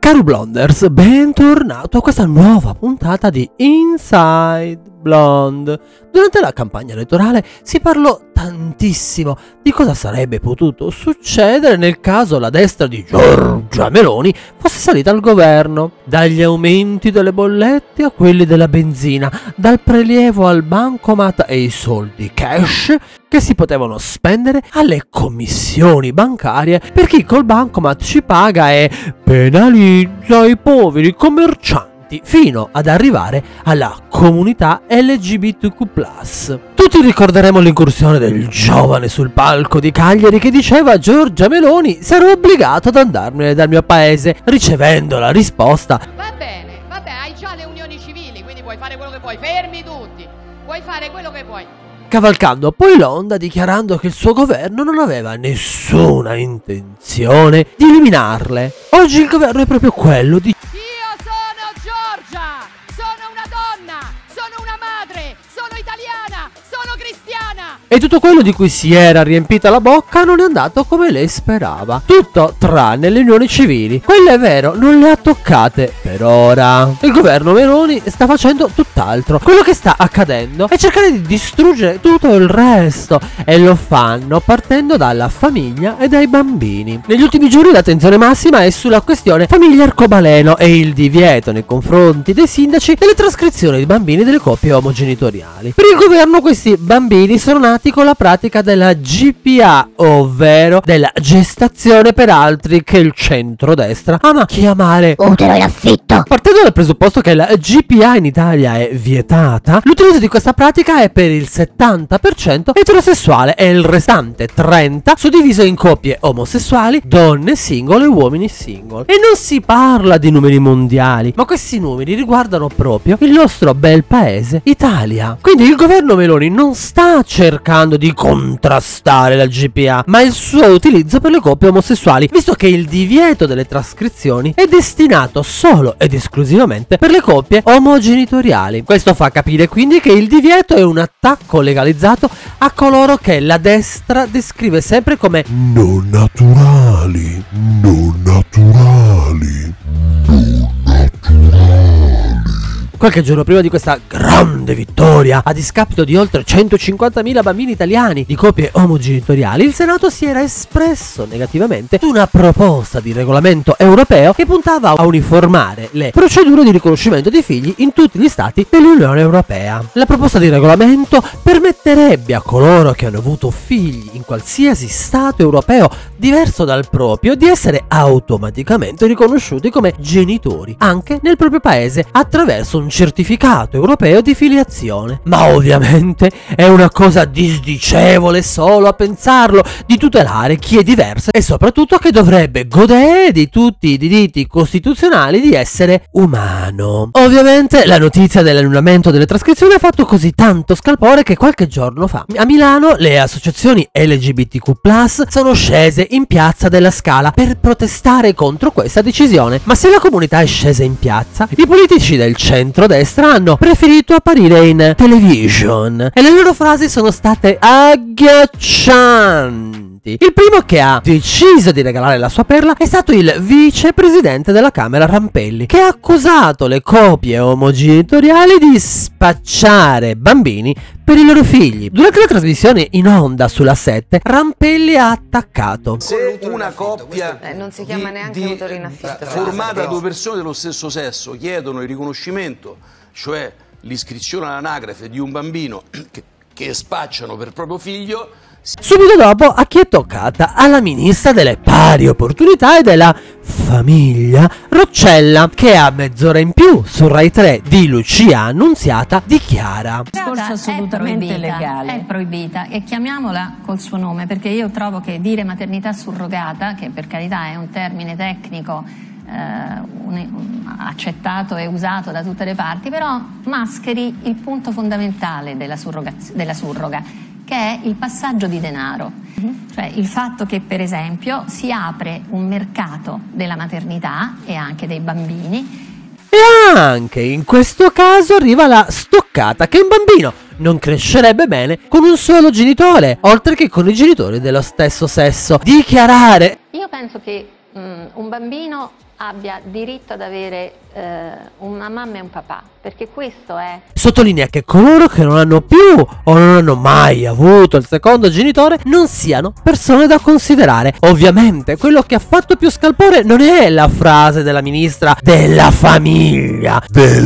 Caro Blonders, bentornato a questa nuova puntata di Inside Blonde. Durante la campagna elettorale si parlò tantissimo di cosa sarebbe potuto succedere nel caso la destra di Giorgia Meloni fosse salita al governo. Dagli aumenti delle bollette a quelli della benzina, dal prelievo al bancomat e i soldi cash che si potevano spendere alle commissioni bancarie per chi col bancomat ci paga e penalizza i poveri commercianti, fino ad arrivare alla comunità LGBTQ+. Tutti ricorderemo l'incursione del giovane sul palco di Cagliari che diceva a Giorgia Meloni: sarò obbligato ad andarmene dal mio paese, ricevendo la risposta: va bene, hai già le unioni civili, quindi puoi fare quello che puoi, fermi tutti, puoi fare quello che puoi. Cavalcando poi l'onda, dichiarando che il suo governo non aveva nessuna intenzione di eliminarle. Oggi il governo è proprio quello di Io sono Giorgia, sono una donna, sono una madre, sono italiana, sono cristiana. E tutto quello di cui si era riempita la bocca non è andato come lei sperava. Tutto tranne le unioni civili. Quelle, è vero, non le ha toccate per ora. Il governo Meloni sta facendo tutt'altro. Quello che sta accadendo è cercare di distruggere tutto il resto, e lo fanno partendo dalla famiglia e dai bambini. Negli ultimi giorni l'attenzione massima è sulla questione famiglia arcobaleno e il divieto nei confronti dei sindaci delle trascrizioni di bambini delle coppie omogenitoriali. Per il governo questi bambini sono nati con la pratica della GPA, ovvero della gestazione per altri, che il centrodestra ama chiamare utero in affitto. Partendo dal presupposto che la GPA in Italia è vietata, l'utilizzo di questa pratica è per il 70% eterosessuale e il restante 30% suddiviso in coppie omosessuali, donne single e uomini single. E non si parla di numeri mondiali, ma questi numeri riguardano proprio il nostro bel paese Italia. Quindi il governo Meloni non sta cercando di contrastare la GPA, ma il suo utilizzo per le coppie omosessuali, visto che il divieto delle trascrizioni è destinato solo ed esclusivamente per le coppie omogenitoriali. Questo fa capire quindi che il divieto è un attacco legalizzato a coloro che la destra descrive sempre come non naturali, non naturali, non naturali. Qualche giorno prima di questa grande vittoria, a discapito di oltre 150.000 bambini italiani di coppie omogenitoriali, il Senato si era espresso negativamente su una proposta di regolamento europeo che puntava a uniformare le procedure di riconoscimento dei figli in tutti gli stati dell'Unione Europea. La proposta di regolamento permetterebbe a coloro che hanno avuto figli in qualsiasi stato europeo diverso dal proprio di essere automaticamente riconosciuti come genitori anche nel proprio paese attraverso un certificato europeo di filiazione. Ma ovviamente è una cosa disdicevole solo a pensarlo, di tutelare chi è diverso e soprattutto che dovrebbe godere di tutti i diritti costituzionali di essere umano. Ovviamente la notizia dell'annullamento delle trascrizioni ha fatto così tanto scalpore che qualche giorno fa a Milano le associazioni LGBTQ+ sono scese in piazza della Scala per protestare contro questa decisione. Ma se la comunità è scesa in piazza, i politici del centrodestra hanno preferito apparire in television e le loro frasi sono state agghiaccianti. Il primo che ha deciso di regalare la sua perla è stato il vicepresidente della Camera Rampelli, che ha accusato le coppie omogenitoriali di spacciare bambini per i loro figli. Durante la trasmissione in onda sulla 7, Rampelli ha attaccato: se una coppia non si chiama neanche utero in affitto, formata da due persone dello stesso sesso chiedono il riconoscimento, cioè l'iscrizione all'anagrafe di un bambino che spacciano per proprio figlio, subito dopo a chi è toccata? Alla ministra delle pari opportunità e della famiglia, Roccella, che a mezz'ora in più su Rai 3 di Lucia Annunziata dichiara: assolutamente legale. È proibita, e chiamiamola col suo nome, perché io trovo che dire maternità surrogata, che per carità è un termine tecnico accettato e usato da tutte le parti, però mascheri il punto fondamentale della surroga, che è il passaggio di denaro. Cioè il fatto che, per esempio, si apre un mercato della maternità e anche dei bambini. E anche in questo caso arriva la stoccata che un bambino non crescerebbe bene con un solo genitore, oltre che con i genitori dello stesso sesso. Dichiarare: io penso che un bambino abbia diritto ad avere una mamma e un papà, perché questo è... Sottolinea che coloro che non hanno più o non hanno mai avuto il secondo genitore non siano persone da considerare. Ovviamente quello che ha fatto più scalpore non è la frase della ministra della famiglia,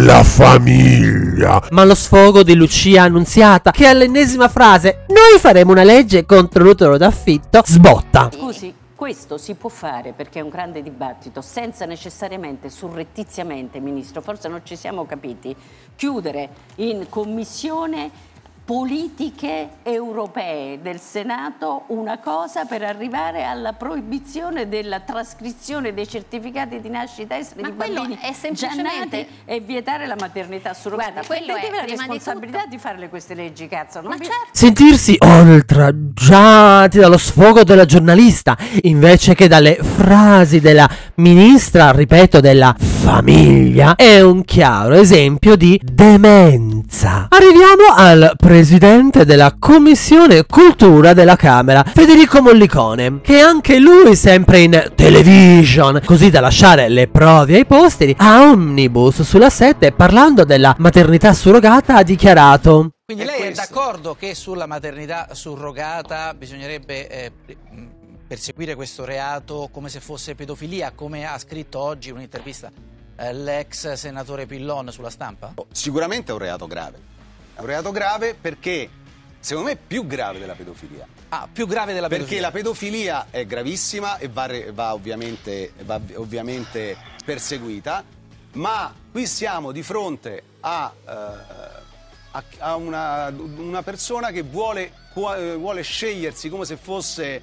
ma lo sfogo di Lucia Annunziata, che all'ennesima frase "noi faremo una legge contro l'utero d'affitto" sbotta. Scusi, questo si può fare perché è un grande dibattito senza necessariamente surrettiziamente, Ministro, forse non ci siamo capiti, chiudere in commissione politiche europee del Senato una cosa per arrivare alla proibizione della trascrizione dei certificati di nascita esteri di bambini è semplicemente... già nati e vietare la maternità surrogata. Prendetevi la responsabilità di di farle queste leggi, cazzo. Non Ma vi... certo. Sentirsi oltraggiati dallo sfogo della giornalista invece che dalle frasi della ministra, ripeto, della famiglia, è un chiaro esempio di demenza. Arriviamo al presidente della Commissione Cultura della Camera, Federico Mollicone, che anche lui sempre in television, così da lasciare le prove ai posteri, a Omnibus sulla 7, parlando della maternità surrogata, ha dichiarato: quindi lei è d'accordo che sulla maternità surrogata bisognerebbe perseguire questo reato come se fosse pedofilia, come ha scritto oggi in un'intervista l'ex senatore Pillon sulla Stampa? Sicuramente è un reato grave. È un reato grave perché, secondo me, è più grave della pedofilia. Ah, più grave della pedofilia? Perché la pedofilia è gravissima e va ovviamente perseguita, ma qui siamo di fronte a una persona che vuole scegliersi come se fosse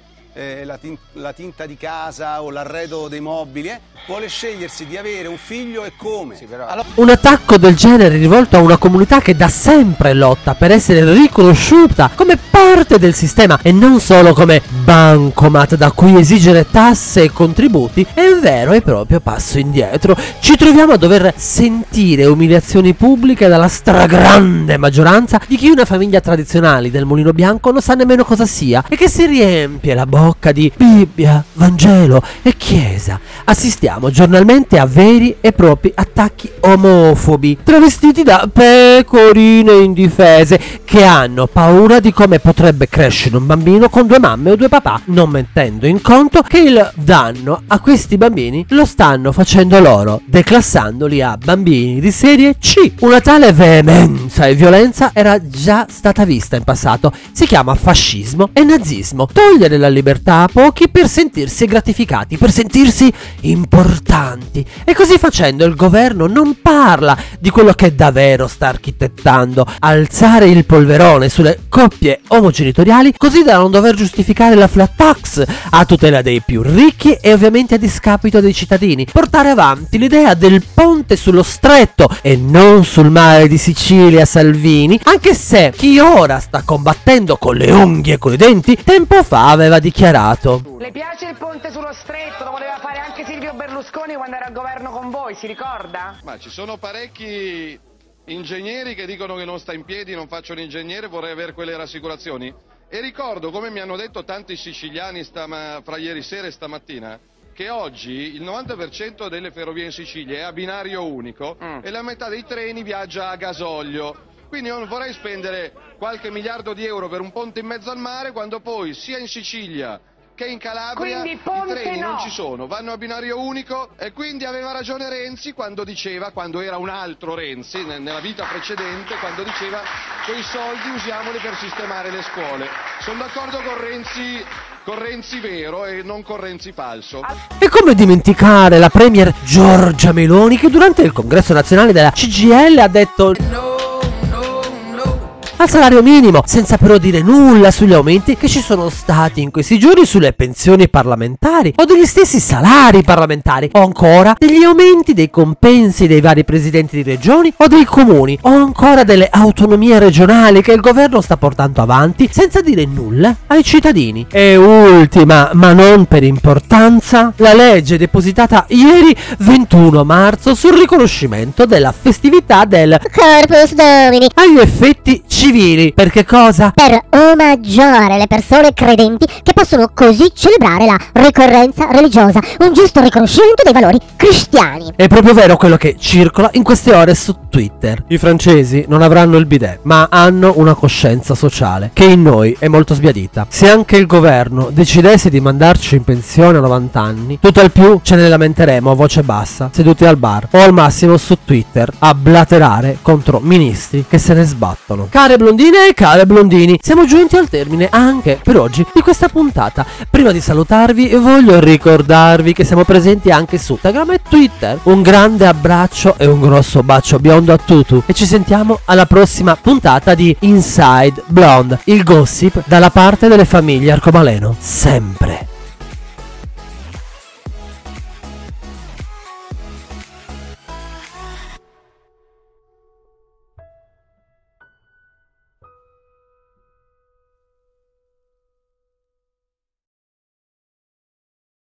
la tinta di casa o l'arredo dei mobili, vuole scegliersi di avere un figlio e come. Sì, però... Un attacco del genere rivolto a una comunità che da sempre lotta per essere riconosciuta come parte del sistema e non solo come bancomat da cui esigere tasse e contributi è un vero e proprio passo indietro. Ci troviamo a dover sentire umiliazioni pubbliche dalla stragrande maggioranza di chi una famiglia tradizionale del Mulino Bianco non sa nemmeno cosa sia e che si riempie la bocca di Bibbia, Vangelo e Chiesa. Assistiamo giornalmente a veri e propri attacchi omofobi, travestiti da pecorine indifese che hanno paura di come potrebbe crescere un bambino con due mamme o due papà, non mettendo in conto che il danno a questi bambini lo stanno facendo loro, declassandoli a bambini di serie C. Una tale veemenza e violenza era già stata vista in passato. Si chiama fascismo e nazismo. Togliere la libertà a pochi per sentirsi gratificati, per sentirsi importanti. E così facendo il governo non parla di quello che davvero sta architettando: alzare il polverone sulle coppie omogenitoriali così da non dover giustificare la flat tax a tutela dei più ricchi e ovviamente a discapito dei cittadini, portare avanti l'idea del ponte sullo stretto e non sul mare di Sicilia Salvini, anche se chi ora sta combattendo con le unghie e con i denti tempo fa aveva dichiarato: le piace il ponte sullo stretto? Lo voleva fare anche Silvio Berlusconi quando era al governo con voi, si ricorda? Ma ci sono parecchi ingegneri che dicono che non sta in piedi, non faccio l'ingegnere, vorrei avere quelle rassicurazioni. E ricordo, come mi hanno detto tanti siciliani fra ieri sera e stamattina, che oggi il 90% delle ferrovie in Sicilia è a binario unico e la metà dei treni viaggia a gasolio. Quindi io non vorrei spendere qualche miliardo di euro per un ponte in mezzo al mare quando poi sia in Sicilia che in Calabria i treni non ci sono, vanno a binario unico. E quindi aveva ragione Renzi quando diceva, quando era un altro Renzi nella vita precedente, quando diceva quei soldi usiamoli per sistemare le scuole. Sono d'accordo con Renzi vero e non con Renzi falso. E come dimenticare la premier Giorgia Meloni, che durante il congresso nazionale della CGIL ha detto al salario minimo, senza però dire nulla sugli aumenti che ci sono stati in questi giorni sulle pensioni parlamentari o degli stessi salari parlamentari, o ancora degli aumenti dei compensi dei vari presidenti di regioni o dei comuni, o ancora delle autonomie regionali che il governo sta portando avanti senza dire nulla ai cittadini. E ultima, ma non per importanza, la legge depositata ieri 21 marzo sul riconoscimento della festività del Corpus Domini agli effetti civili. Per che cosa? Per omaggiare le persone credenti che possono così celebrare la ricorrenza religiosa, un giusto riconoscimento dei valori cristiani. È proprio vero quello che circola in queste ore su Twitter. I francesi non avranno il bidet, ma hanno una coscienza sociale che in noi è molto sbiadita. Se anche il governo decidesse di mandarci in pensione a 90 anni, tutto al più ce ne lamenteremo a voce bassa, seduti al bar o al massimo su Twitter a blaterare contro ministri che se ne sbattono. Care blondine e care blondini, siamo giunti al termine anche per oggi di questa puntata. Prima di salutarvi voglio ricordarvi che siamo presenti anche su Instagram e Twitter. Un grande abbraccio e un grosso bacio biondo a tutti e ci sentiamo alla prossima puntata di Inside Blonde, il gossip dalla parte delle famiglie arcobaleno, sempre.